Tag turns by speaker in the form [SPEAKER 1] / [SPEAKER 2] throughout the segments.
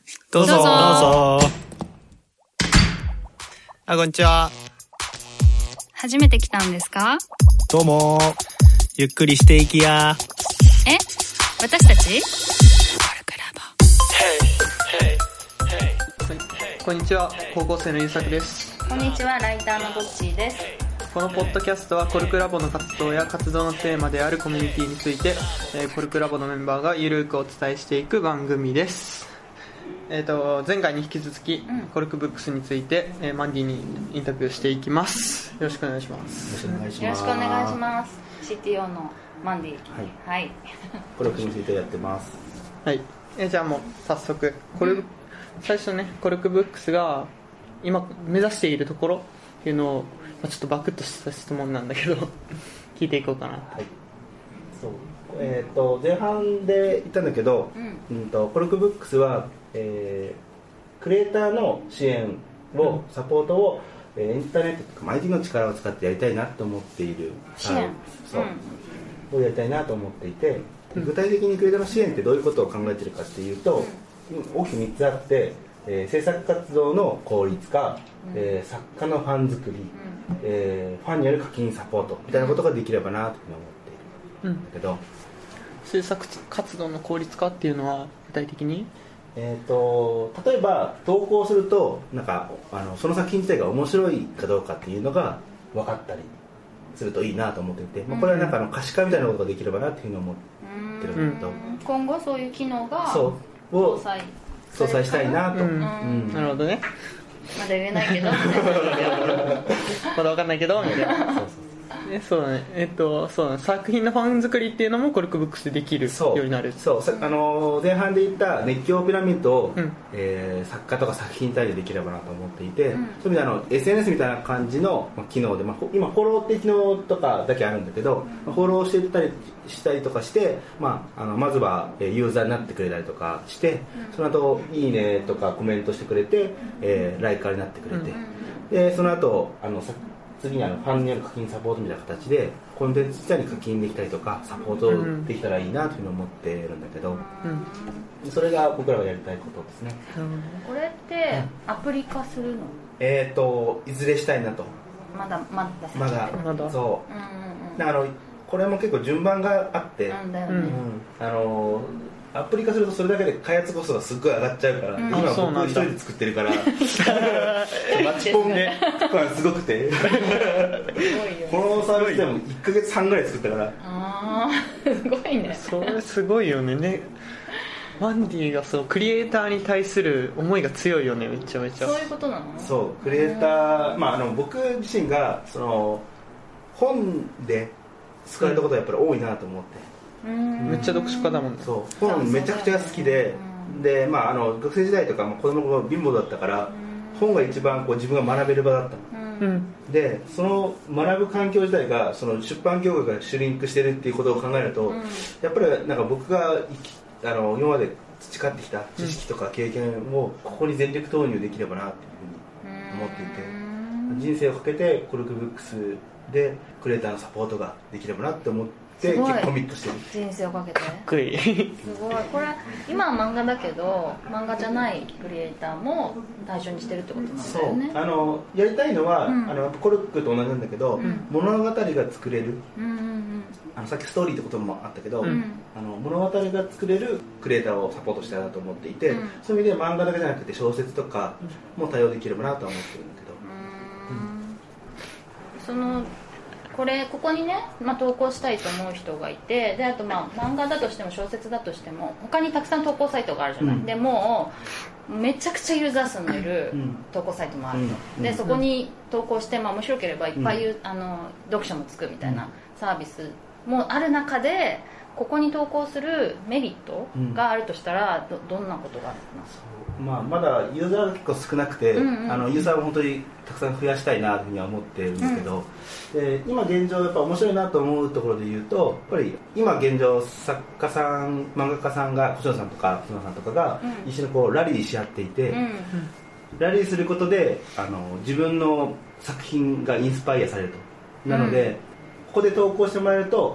[SPEAKER 1] どうぞ。あ、こんにちは。
[SPEAKER 2] 初めて来たんですか？
[SPEAKER 1] どうも。ゆっくりしていきや。
[SPEAKER 2] え？私たち？
[SPEAKER 3] こんにちは、高校生のゆうさくです。
[SPEAKER 2] こんにちは、ライターのどっちーです。
[SPEAKER 3] このポッドキャストはコルクラボの活動や活動のテーマであるコミュニティについて、コルクラボのメンバーがゆるくお伝えしていく番組です。前回に引き続き、コルクブックスについて、マンディにインタビューしていきます。よろしくお願いします。
[SPEAKER 2] よろしくお願いします。CTO のマンディ。はい。
[SPEAKER 4] コルクについてやってます。
[SPEAKER 3] はい。じゃあもう早速最初ね、コルクブックスが今目指しているところっていうのを、ちょっとバクッとした質問なんだけど聞いていこうかな。はい。
[SPEAKER 4] そう。前半で言ったんだけど、コルクブックスは、クリエイターの支援を、サポートを、インターネットとか IT の力を使ってやりたいなと思っている
[SPEAKER 2] 支援
[SPEAKER 4] をやりたいなと思っていて、具体的にクリエイターの支援ってどういうことを考えているかっていうと、大きく3つあって、制作活動の効率化、作家のファン作り、ファンによる課金サポートみたいなことができればなというふうに思っているんだけど、
[SPEAKER 3] 制作活動の効率化っていうのは具体的に、
[SPEAKER 4] 例えば投稿するとなんかその作品自体が面白いかどうかっていうのが分かったりするといいなと思っていて、これはなんか可視化みたいなことができればなっていうふうに思ってるんだけど、
[SPEAKER 2] 今後そういう機能が
[SPEAKER 4] 搭載したいなと。
[SPEAKER 3] なるほどね。
[SPEAKER 2] まだ言えないけど
[SPEAKER 3] まだ分かんないけどみたいな。そうだね。そうだね。作品のファン作りっていうのもコルクブックスでできるようになる。
[SPEAKER 4] 前半で言った熱狂ピラミッドを、作家とか作品に対してできればなと思っていて、そういう意味でSNS みたいな感じの機能で、今フォローって機能とかだけあるんだけど、フォローしてたりしたりとかして、まずはユーザーになってくれたりとかして、その後いいねとかコメントしてくれて、ライカーになってくれて、でその後次にファンによる課金サポートみたいな形でコンテンツ自体に課金できたりとかサポートできたらいいなというふうに思ってるんだけど、それが僕らがやりたいことですね。
[SPEAKER 2] これってアプリ化するの？
[SPEAKER 4] いずれしたいなと。
[SPEAKER 2] まだ
[SPEAKER 4] そうこれも結構順番があって、アプリ化するとそれだけで開発コストがすっごい上がっちゃうから、今僕一人で作ってるから待ち込んですごくてこのサービスでも1ヶ月半ぐらい作ったから。
[SPEAKER 2] すごいね。
[SPEAKER 3] それすごいよね。マンディがクリエイターに対する思いが強いよね。めちゃめちゃ
[SPEAKER 2] そういうことなの？
[SPEAKER 4] そうクリエイター、僕自身が本で救われたことがやっぱり多いなと思って、
[SPEAKER 3] めっちゃ読書家だもんね。
[SPEAKER 4] そう本めちゃくちゃ好きで、学生時代とか子供の頃貧乏だったから、本が一番自分が学べる場だったの、でその学ぶ環境自体が出版業界がシュリンクしてるっていうことを考えると、やっぱりなんか僕が今まで培ってきた知識とか経験をここに全力投入できればなっていうふうに思っていて、人生をかけてコルクブックスでクリエイターのサポートができればなって思って結構コミットしてる。
[SPEAKER 2] 人生をかけて
[SPEAKER 3] かっこいい。
[SPEAKER 2] すごい。これ今は漫画だけど漫画じゃないクリエイターも対象にしてるってことなんだよね。
[SPEAKER 4] そうやりたいのは、コルクと同じなんだけど、物語が作れる、さっきストーリーってこともあったけど、物語が作れるクリエイターをサポートしたいなと思っていて、そういう意味で漫画だけじゃなくて小説とかも対応できればなとは思ってるんだけど、
[SPEAKER 2] ここにね、投稿したいと思う人がいて、であと漫画だとしても小説だとしても他にたくさん投稿サイトがあるじゃない、でもうめちゃくちゃユーザー数のいる投稿サイトもあると、でそこに投稿して、面白ければいっぱい、読者もつくみたいなサービスもある中で、ここに投稿するメリットがあるとしたら、どんなことがあるかな？
[SPEAKER 4] まだユーザーが結構少なくて、ユーザーを本当にたくさん増やしたいなというふうには思ってるんですけど、で今現状やっぱ面白いなと思うところで言うと、やっぱり今現状作家さん漫画家さんが星野さんとか角さんとかが一緒にラリーし合っていて、ラリーすることで自分の作品がインスパイアされると。なので、ここで投稿してもらえると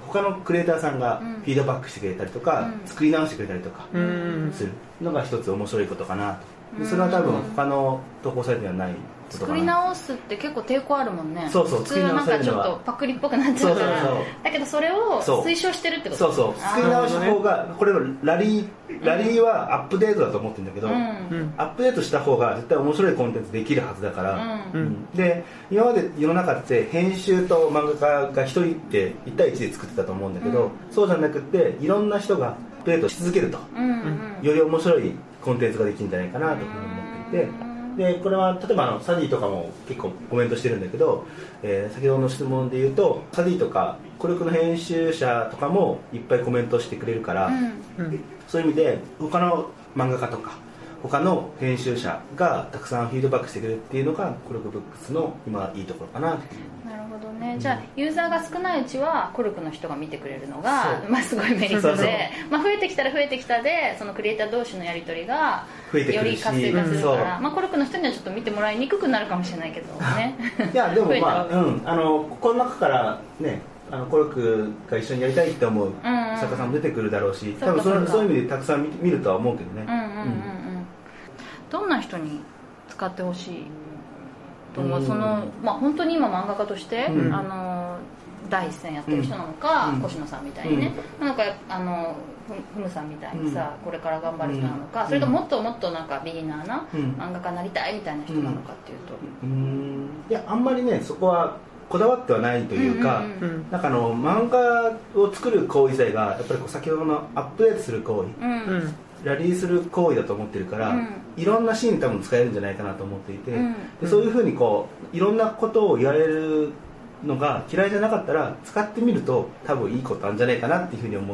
[SPEAKER 4] 他のクリエイターさんがフィードバックしてくれたりとか、作り直してくれたりとかするのが一つ面白いことかなと。それは多分他の投稿サイトにはないことかな。
[SPEAKER 2] 作り直すって結構抵抗あるもんね。
[SPEAKER 4] そうそう、
[SPEAKER 2] 普通なんかちょっとパクリっぽくなっちゃうから。だけどそれを推奨してるってこと。
[SPEAKER 4] そうそう、作り直した方が、これのラリーはアップデートだと思ってるんだけど、アップデートした方が絶対面白いコンテンツできるはずだから、で今まで世の中って編集と漫画家が一人で1対1で作ってたと思うんだけど、そうじゃなくていろんな人がアップデートし続けると、より面白いコンテンツができるんじゃないかなと思っていて、でこれは例えばサディとかも結構コメントしてるんだけど、先ほどの質問で言うとサディとかコルクの編集者とかもいっぱいコメントしてくれるから、そういう意味で他の漫画家とか他の編集者がたくさんフィードバックしてくれるっていうのがコルクブックスの今いいところかなっていう。
[SPEAKER 2] なるほどね。じゃあユーザーが少ないうちはコルクの人が見てくれるのが、すごいメリットで、増えてきたら増えてきたでそのクリエイター同士のやり取りがより活性化するから、コルクの人にはちょっと見てもらいにくくなるかもしれないけどね。
[SPEAKER 4] いやでもこの中からねコルクが一緒にやりたいって思う作家さんも出てくるだろうし、多分そういう意味でたくさん見るとは思うけどね。
[SPEAKER 2] どんな人に使ってほしいと思う？本当に今漫画家として、第一線やってる人なのか、越野さんみたいにね、なんかふむさんみたいにさ、これから頑張る人なのか、それともっともっとなんかビギナーな漫画家になりたいみたいな人なのかっていうと、
[SPEAKER 4] いやあんまりねそこはこだわってはないというか、なんか漫画を作る行為自体がやっぱり先ほどのアップデートする行為、ラリーする行為だと思ってるから、いろんなシーンに多分使えるんじゃないかなと思っていて、でそういうふうにいろんなことを言われるのが嫌いじゃなかったら使ってみると多分いいことあるんじゃないかなっていうふうに思う。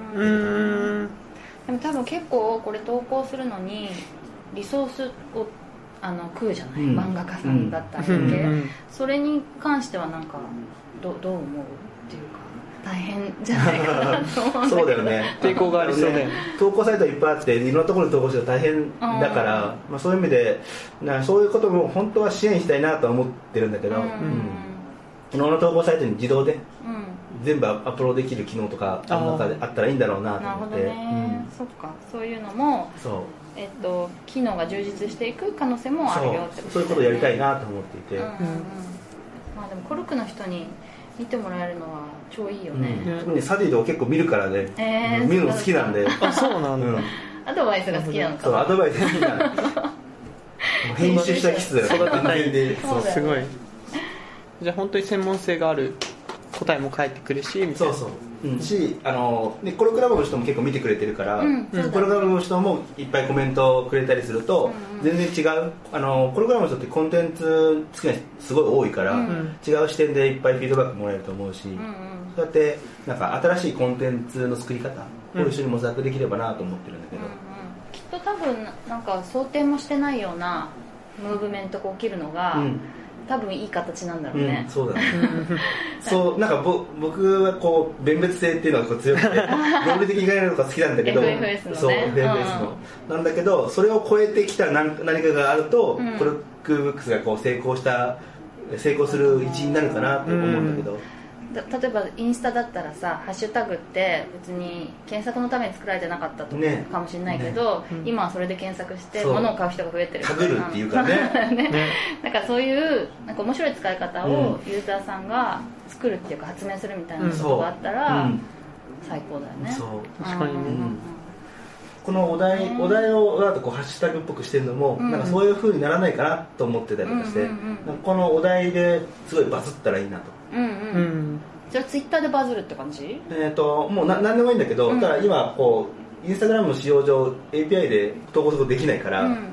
[SPEAKER 2] でも多分結構これ投稿するのにリソースを食うじゃない、漫画家さんだったりだけ、それに関してはなんかどう思うっていうか大変じゃないかなと思うんだけど。
[SPEAKER 4] そうだよね、
[SPEAKER 3] 抵抗がありそうね。
[SPEAKER 4] 投稿サイトいっぱいあっていろんなところに投稿して大変だから、そういう意味でそういうことも本当は支援したいなとは思ってるんだけど、いろんな投稿サイトに自動で全部アップロードできる機能とか中であったらいいんだろうなと思って。
[SPEAKER 2] なるほどね、そっか、そういうのも機能が充実していく可能性もあるよってことだよね。
[SPEAKER 4] そういうことをやりたいなと思っていて、で
[SPEAKER 2] もコルクの人に見てもらえるのは超いいよね。
[SPEAKER 4] 特にサディと結構見るからね、見るの好きなんで。
[SPEAKER 3] あ、そうなんだ。
[SPEAKER 2] アドバイスが好きなのか。
[SPEAKER 4] そう、アドバイス好きなの。編集したキス
[SPEAKER 3] 育てたいんで、すごい。じゃあ本当に専門性がある答えも返ってくるし、みたいな。
[SPEAKER 4] そうし、コルクラボの人も結構見てくれてるから、コルクラボの人もいっぱいコメントをくれたりすると、全然違うコルクラボの人ってコンテンツ好きな人すごい多いから、違う視点でいっぱいフィードバックもらえると思うし、そうやってなんか新しいコンテンツの作り方を一緒に模索できればなと思ってるんだけど、
[SPEAKER 2] きっと多分なんか想定もしてないようなムーブメントが起きるのが、多分いい形なんだろうね。
[SPEAKER 4] そうだね。そう、なんか僕は弁別性っていうのが強くて論理的に考えるのが好きなんだけど、
[SPEAKER 2] FFS のね。
[SPEAKER 4] そう、FFS のなんだけど、それを超えてきた何かがあると、コルクブックスが成功する一因になるかなと思うんだけど。
[SPEAKER 2] 例えばインスタだったらさ、ハッシュタグって別に検索のために作られてなかったとかもしれないけど、今はそれで検索して物を買う人が増えてる
[SPEAKER 4] タグるっていうかね。
[SPEAKER 2] だからそういうなんか面白い使い方をユーザーさんが作るっていうか発明するみたいなことがあったら最高だよね。
[SPEAKER 4] そう、
[SPEAKER 3] 確かにね。
[SPEAKER 4] このお題をハッシュタグっぽくしてるのも、なんかそういう風にならないかなと思ってたりとかして、このお題ですごいバズったらいいなと。
[SPEAKER 2] じゃあツイッターでバズるって感じ？
[SPEAKER 4] もう何でもいいんだけど、ただ今インスタグラムの使用上 API で投稿することできないから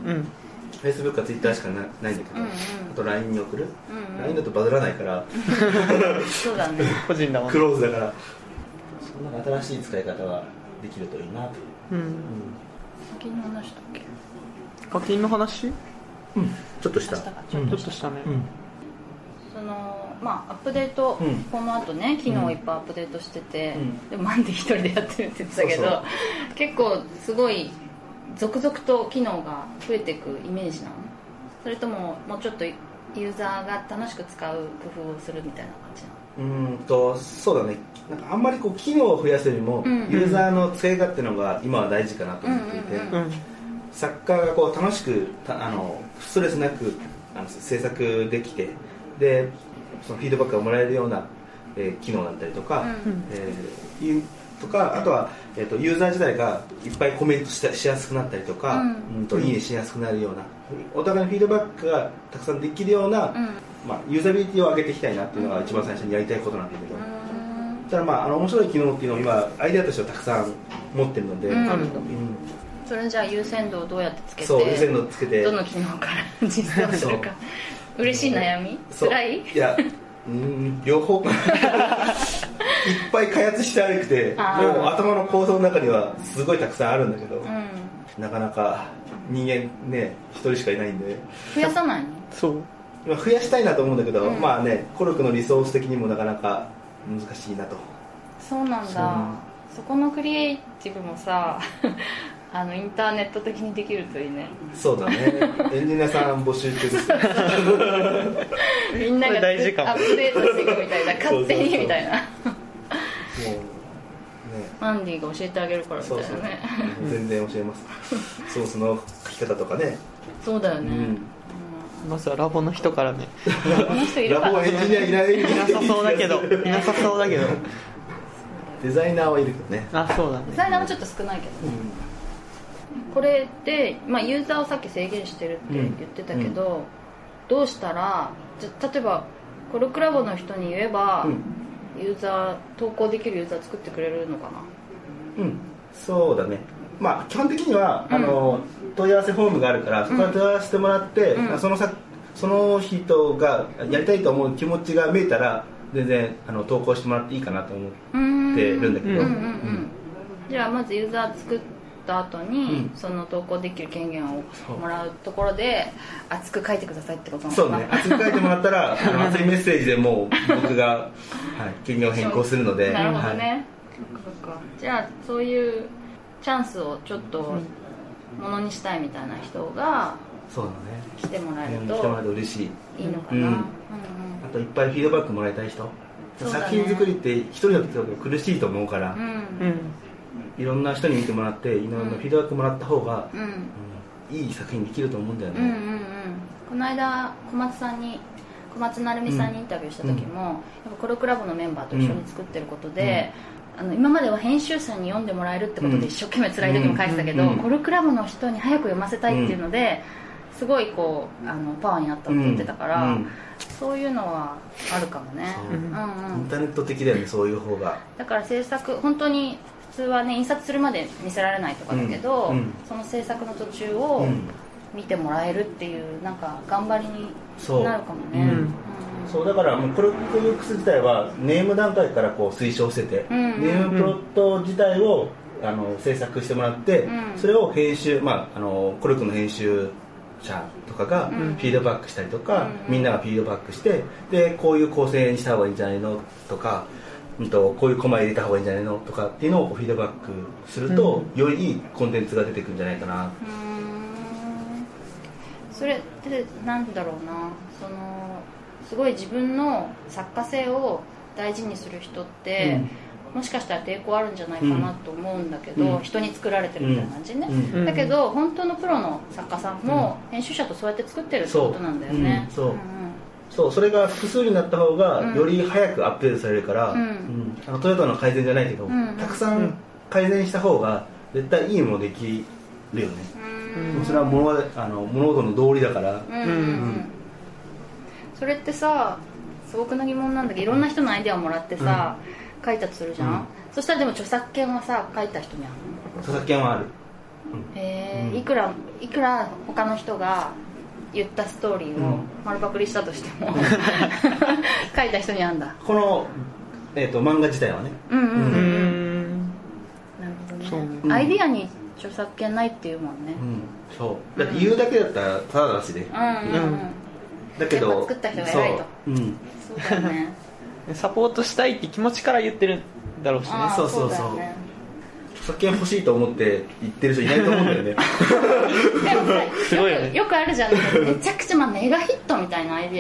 [SPEAKER 4] 、Facebook か Twitter しかないんだけど、あと LINE に送る、LINE だとバズらないから
[SPEAKER 2] そうだね、
[SPEAKER 3] 個人だもん、
[SPEAKER 4] クローズだから、そんな新しい使い方ができるといいなと。
[SPEAKER 2] 課金の話だっけ？
[SPEAKER 3] 課金の話？
[SPEAKER 4] ちょっとした
[SPEAKER 3] ちょっとしたね。
[SPEAKER 2] アップデート、この後ね、機能をいっぱいアップデートしてて、でもマンデ一人でやってるって言ってたけど、結構すごい続々と機能が増えていくイメージなの？それとももうちょっとユーザーが楽しく使う工夫をするみたいな感じなの？
[SPEAKER 4] そうだね、なんかあんまりこう機能を増やすよりも、ユーザーの使い勝手の方が今は大事かなと思っていて、作家がこう楽しくストレスなく制作できて、でそのフィードバックがもらえるような、機能だったりとか、あとは、ユーザー自体がいっぱいコメントしやすくなったりとか、いいねしやすくなるような、お互いのフィードバックがたくさんできるような、ユーザビリティを上げていきたいなっていうのが一番最初にやりたいことなんだけど、ただ面白い機能っていうのを今アイデアとしてはたくさん持ってるので、
[SPEAKER 2] それじゃあ優先度をどうやってつけて、
[SPEAKER 4] そう優先度をつけて
[SPEAKER 2] どの機能から実装するか嬉しい悩み辛い？
[SPEAKER 4] いや両方いっぱい開発してあるくて、もう頭の構想の中にはすごいたくさんあるんだけど、なかなか人間ね一人しかいないんで
[SPEAKER 2] 増やさないの？
[SPEAKER 3] そう
[SPEAKER 4] 今増やしたいなと思うんだけど、コルクのリソース的にもなかなか難しいなと。
[SPEAKER 2] そうなんだ。そこのクリエイティブもさインターネット的にできるといいね。
[SPEAKER 4] そうだねエンジニアさん募集中です
[SPEAKER 2] みんながアップデートしていくみたいな勝手にみたいなマンディが教えてあげるからみたいなね。
[SPEAKER 4] 全然教えますソースの書き方とかね。
[SPEAKER 2] そうだよね、
[SPEAKER 3] まずはラボの人からね
[SPEAKER 2] この人いるかな。
[SPEAKER 4] ラボエンジニアい
[SPEAKER 3] なさそうだけど
[SPEAKER 4] デザイナーはいるけどね。
[SPEAKER 3] そうだね。
[SPEAKER 2] デザイナーはちょっと少ないけどね、これで、ユーザーをさっき制限してるって言ってたけど、どうしたら例えばコルクラボの人に言えば、ユーザー投稿できるユーザー作ってくれるのかな。
[SPEAKER 4] そうだね。基本的には、問い合わせフォームがあるから、そこから問い合わせてもらって、その人がやりたいと思う気持ちが見えたら全然投稿してもらっていいかなと思ってるんだけど、じゃあまずユーザー作った後に、その投稿できる権限をもらうところで熱く書いてくださいってことなのかな。 そうね、熱く書いてもらったら熱いメッセージでもう僕が、権限を変更するので。
[SPEAKER 2] なるほどね、じゃあそういうチャンスをちょっとものにしたいみたいな人が
[SPEAKER 4] そうだね、
[SPEAKER 2] 来てもらえると
[SPEAKER 4] 嬉しい。
[SPEAKER 2] いいのかな。
[SPEAKER 4] あといっぱいフィードバックもらいたい人、作品作りって一人の時は苦しいと思うから、いろんな人に見てもらっていろんなフィードバックもらった方が、いい作品できると思うんだよね。
[SPEAKER 2] この間小松成美さんにインタビューした時も、やっぱコルクラボのメンバーと一緒に作ってることで、今までは編集者に読んでもらえるってことで一生懸命辛い時も書いてたけど、コルクラボの人に早く読ませたいっていうので、すごいこうパワーになったって言ってたから、そういうのはあるかもね。
[SPEAKER 4] インターネット的だよね、そういう方が。
[SPEAKER 2] だから制作本当に普通はね、印刷するまで見せられないとかだけど、その制作の途中を見てもらえるっていうなんか頑張りになるかもね。
[SPEAKER 4] そうだからコルク UX 自体はネーム段階からこう推奨してて、ネームプロット自体を制作してもらって、それを編集、コルクの編集者とかがフィードバックしたりとか、みんながフィードバックして、でこういう構成にした方がいいんじゃないのとか、こういうコマ入れた方がいいんじゃないのとかっていうのをフィードバックすると、よりいいコンテンツが出てくるんじゃないかな。
[SPEAKER 2] それってなんだろうな、すごい自分の作家性を大事にする人って、もしかしたら抵抗あるんじゃないかなと思うんだけど、人に作られてるみたいな感じね、だけど本当のプロの作家さんも編集者とそうやって作ってるってことなんだよね。
[SPEAKER 4] それが複数になった方がより早くアップデートされるから、トヨタの改善じゃないけど、たくさん改善した方が絶対いいものできるよね。それは物事の道理だから。
[SPEAKER 2] それってさ、素朴な疑問なんだけど、いろんな人のアイデアをもらってさ、書いたとするじゃん、そしたらでも著作権はさ、書いた人にあるの？
[SPEAKER 4] 著作権はある。
[SPEAKER 2] いくら他の人が言ったストーリーを丸パクリしたとしても、書いた人にあるんだ。
[SPEAKER 4] この、漫画自体はね。
[SPEAKER 2] なるほどね。アイディアに著作権ないっていうもんね。
[SPEAKER 4] そうだって言うだけだったらただだしで、だけど
[SPEAKER 2] 作った人が偉いと。そうだよね。
[SPEAKER 3] サポートしたいって気持ちから言ってるんだろうしね。
[SPEAKER 4] そう著作権欲しいと思って言ってる人いないと思うんだよね。でも
[SPEAKER 3] すごいよね。
[SPEAKER 2] よくあるじゃん。めちゃくちゃメガヒットみたいなアイディア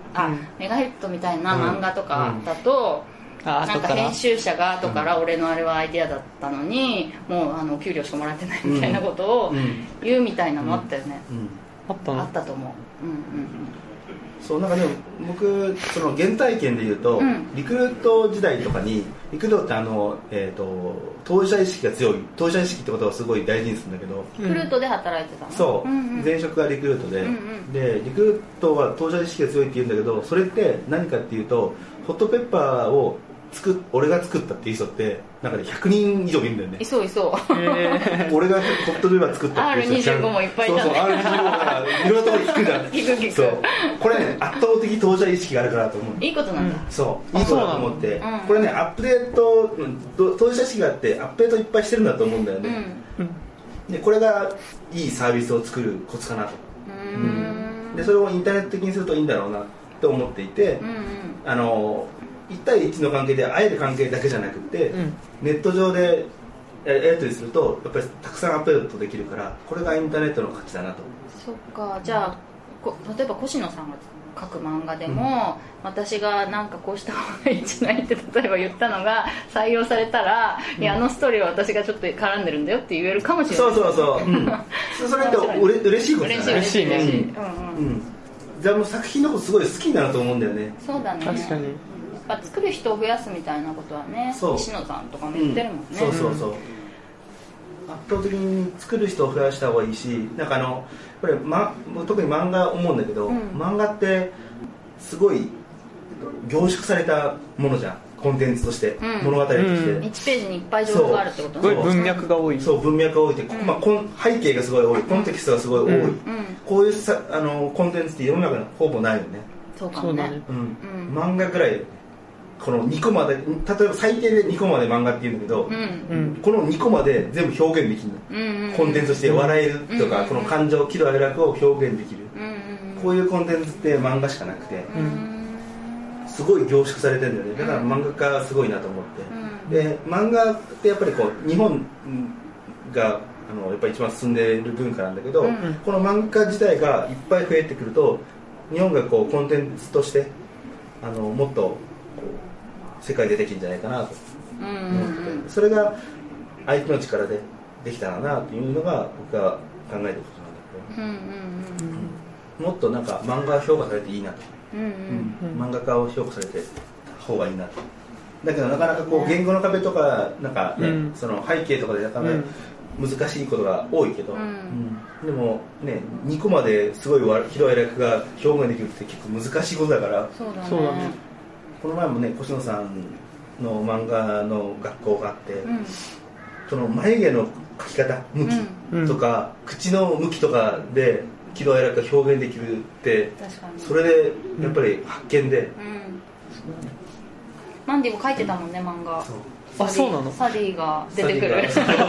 [SPEAKER 2] メガヒットみたいな漫画とかだと、なんか編集者が後から俺のあれはアイディアだったのにもう給料しかもらってないみたいなことを言うみたいなのあったよね。あったと思う。
[SPEAKER 4] そうなんかでも僕その原体験で言うと、リクルート時代とかにリクルートって当事者意識が強い、当事者意識ってことをすごい大事にするんだけど、
[SPEAKER 2] リクルートで働いてたの？
[SPEAKER 4] そう、前職がリクルートで、でリクルートは当事者意識が強いって言うんだけど、それって何かっていうとホットペッパーを俺が作ったっていう人ってなんかね100人以上いるんだよね。
[SPEAKER 2] いそう
[SPEAKER 4] 俺がホットペッパー作ったっていう人
[SPEAKER 2] R25 もいっぱいいたね。
[SPEAKER 4] そう R25 からいろんなところに聞くじゃん。
[SPEAKER 2] 聞く
[SPEAKER 4] そうこれね圧倒的当事者意識があるからと思う。
[SPEAKER 2] いいことなんだ。
[SPEAKER 4] そういいことだと思って、これねアップデート当事者意識があってアップデートいっぱいしてるんだと思うんだよね。でこれがいいサービスを作るコツかなと。でそれをインターネット的にするといいんだろうなと思っていて、1対1の関係で会える関係だけじゃなくて、ネット上でやり取りするとやっぱりたくさんアップデートできるから、これがインターネットの価値だなと。
[SPEAKER 2] そっか。じゃあ例えば越野さんが書く漫画でも、私がなんかこうした方がいいんじゃないって例えば言ったのが採用されたら、いやストーリーは私がちょっと絡んでるんだよって言えるかもしれない。
[SPEAKER 4] そう、それって嬉しいことじゃない？
[SPEAKER 2] 嬉しいね。
[SPEAKER 4] じゃあもう作品のことすごい好きになると思うんだよね。
[SPEAKER 2] そうだね。
[SPEAKER 3] 確かに。
[SPEAKER 2] 作る人を増やすみたいなことはね、西野さんとかも言ってるもんね。
[SPEAKER 4] そう圧倒的に作る人を増やした方がいいし、なんかこれ、特に漫画思うんだけど、漫画ってすごい凝縮されたものじゃん、コンテンツとして、物語として、
[SPEAKER 2] 1ページにいっぱい情報があるってことね。
[SPEAKER 3] 文脈が多い。
[SPEAKER 4] そう、文脈が多いって、背景がすごい多い、コンテキストがすごい多い、こういうコンテンツって世の中にほぼないよね。
[SPEAKER 2] そうかもね。
[SPEAKER 4] 漫画ぐらいこの2コマで、例えば最低で2コマで漫画って言うんだけど、この2コマで全部表現できるの、コンテンツとして笑えるとか、この感情、喜怒哀楽を表現できる、こういうコンテンツって漫画しかなくて、すごい凝縮されてるんだよね。だから漫画家すごいなと思って、で漫画ってやっぱり日本がやっぱり一番進んでいる文化なんだけど、この漫画自体がいっぱい増えてくると、日本がコンテンツとしてもっと世界でできるんじゃないかなと思って、それが相手の力でできたらなというのが僕が考えてることなんだけど、もっとなんか漫画が評価されていいなと、漫画家を評価されて方がいいなと。だけどなかなか言語の壁とかなんか、その背景とかでなかなか難しいことが多いけど、でもね2コマですごいひどい楽が表現できるって結構難しいことだから。
[SPEAKER 2] そうだね。
[SPEAKER 4] この前もね、越野さんの漫画の学校があって、その眉毛の描き方、向きとか、口の向きとかで喜怒哀楽が表現できるって、それでやっぱり発見で、
[SPEAKER 2] マンディも描いてたもんね、漫画。
[SPEAKER 3] あ、そうなの？
[SPEAKER 2] サディが出てくる。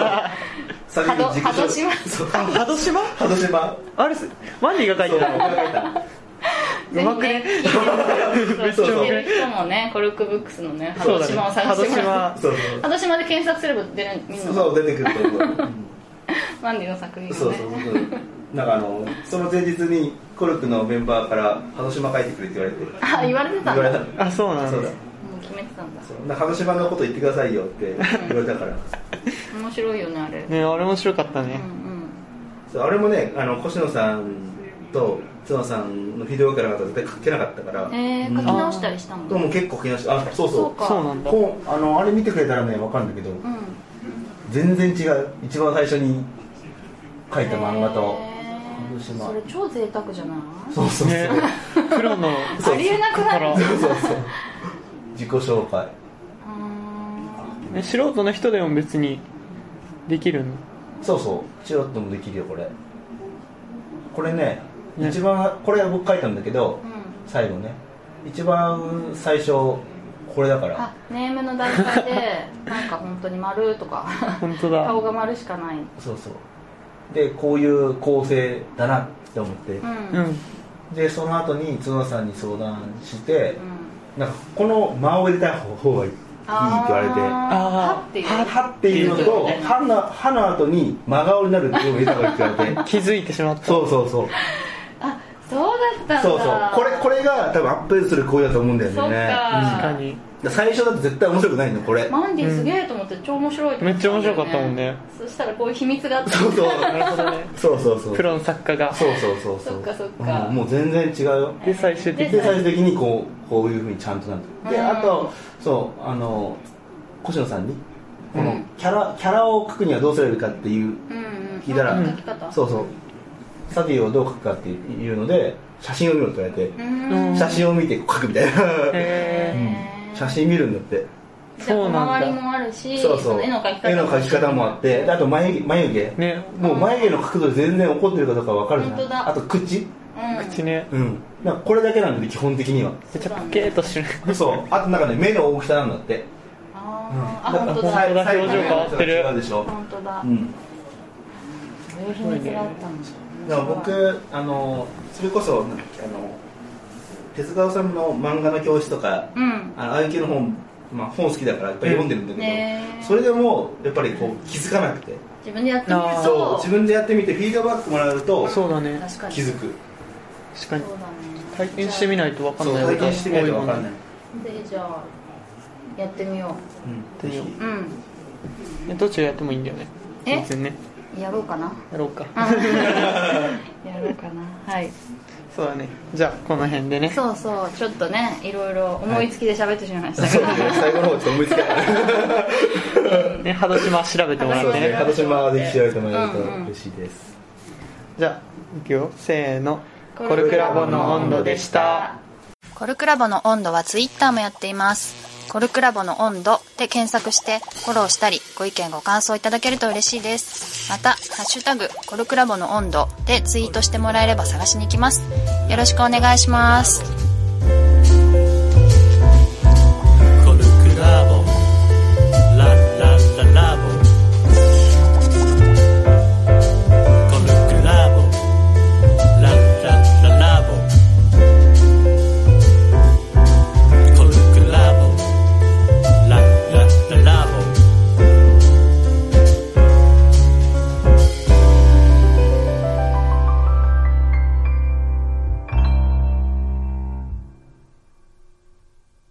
[SPEAKER 3] ハドシマあれマンディが描いてたの？
[SPEAKER 2] ぜひね、聞いてる人もね、コルクブックスのね、ハドシマを探してもらって、ハドシマで検索すれば出る、みんな
[SPEAKER 4] そう出てくると思う。
[SPEAKER 2] マンディの作品
[SPEAKER 4] がね、なんかその前日にコルクのメンバーからハドシマ書いてくれって言われて、
[SPEAKER 2] 言われてたんだ。
[SPEAKER 3] あ、そうなんだ。
[SPEAKER 2] もう決めてたんだ。
[SPEAKER 4] ハドシマのこと言ってくださいよって言われたから。
[SPEAKER 2] 面白いよね、あれ。
[SPEAKER 3] ね、あれ面白かったね。
[SPEAKER 4] あれもね、越野さんと角さんのフィデオから絶対書けなかったから、
[SPEAKER 2] 書き直したりしたの？
[SPEAKER 4] も結構書き直して、
[SPEAKER 3] そうなんだ。
[SPEAKER 4] あれ見てくれたらね分かるんだけど、全然違う。一番最初に書いた漫画と
[SPEAKER 2] それ超贅沢じゃない？
[SPEAKER 4] そう
[SPEAKER 3] プロの
[SPEAKER 2] ありえなくない？
[SPEAKER 4] 自己紹介。
[SPEAKER 3] 素人の人でも別にできるの？
[SPEAKER 4] そう素人もできるよ。これね、一番これは僕書いたんだけど、最後ね、一番最初これだから。
[SPEAKER 2] ネームの段階でなんか本当に丸とか
[SPEAKER 3] 本当だ、
[SPEAKER 2] 顔が丸しかない。
[SPEAKER 4] そうでこういう構成だなって思って、でその後に角さんに相談して、なんかこの間を入れた方がいいって言われて、
[SPEAKER 2] は
[SPEAKER 4] っていうのと歯の後に真顔になるっていうのを入れた方がいいって言われて
[SPEAKER 3] 気づいてしまった。
[SPEAKER 2] そうだったったんだ。
[SPEAKER 4] そうこれが多分アップする行為だと思うんだよね。
[SPEAKER 2] そっか、
[SPEAKER 3] 確かに
[SPEAKER 4] 最初だと絶対面白くないのこれ。
[SPEAKER 2] マンディすげえと思って超面白いと思ったんだよね。
[SPEAKER 3] めっちゃ面白かったもんね。
[SPEAKER 2] そしたらこういう秘密があった
[SPEAKER 4] そう
[SPEAKER 3] なるほどね。
[SPEAKER 4] そう
[SPEAKER 3] プロの作家が。
[SPEAKER 4] そう
[SPEAKER 2] そっかそっか、
[SPEAKER 4] もう全然違うよ。
[SPEAKER 3] で最終的
[SPEAKER 4] にこういうふうにちゃんとなってで、あとそう越野さんにこのキャラを描くにはどうすればいいかっていう聞いたら、そうサティをどう描くかっていうので写真を見ろと言われて、写真を見て描くみたいな写真見るんだって。
[SPEAKER 2] そうなんだ。周りもあるし、絵の
[SPEAKER 4] 描き方もあって、あと眉毛、ね、もう眉毛の角度で全然怒ってるかどうか分かるじゃん。あと口
[SPEAKER 3] ね、
[SPEAKER 4] なんかこれだけなんで基本的には
[SPEAKER 3] めっちゃパケーとしてる。
[SPEAKER 4] そう、あとなんかね目の大きさなんだって。
[SPEAKER 2] 本当だ、
[SPEAKER 3] 表情変わってる。
[SPEAKER 4] 違うでしょ。
[SPEAKER 2] 本当だ。そういう秘密があったんですよ。
[SPEAKER 4] だから僕それこそ手塚治虫の漫画の教室とか、ああいう系の本、本好きだからやっぱり読んでるんだけど、それでもやっぱりこう気づかなくて、
[SPEAKER 2] 自分でやってみると、
[SPEAKER 4] そう自分でやってみてフィードバックもらうと、
[SPEAKER 3] そうだね、
[SPEAKER 4] 気づく。
[SPEAKER 3] 確かに体験してみないと分かんない。
[SPEAKER 4] 体験してみないと分かんない。
[SPEAKER 2] でじゃあやってみよ
[SPEAKER 3] う。どっちがやってもいいんだよね。全然ね。
[SPEAKER 2] やろうかな。
[SPEAKER 3] やろうか
[SPEAKER 2] な。はい。
[SPEAKER 3] そうだね。じゃあこの辺でね。
[SPEAKER 2] そうちょっとね、いろいろ思いつきで喋ってしまいましたけど、
[SPEAKER 4] 最後の方ちょっと思いつかない
[SPEAKER 3] ね、ハド島調べてもらってね。
[SPEAKER 4] ハド島で調べてもらえると嬉しいです。
[SPEAKER 3] じゃあいくよ、せーの。コルクラボの温度でした。
[SPEAKER 2] コルクラボの温度はツイッターもやっています。コルクラボの温度で検索してフォローしたり、ご意見ご感想いただけると嬉しいです。またハッシュタグコルクラボの温度でツイートしてもらえれば探しに行きます。よろしくお願いします。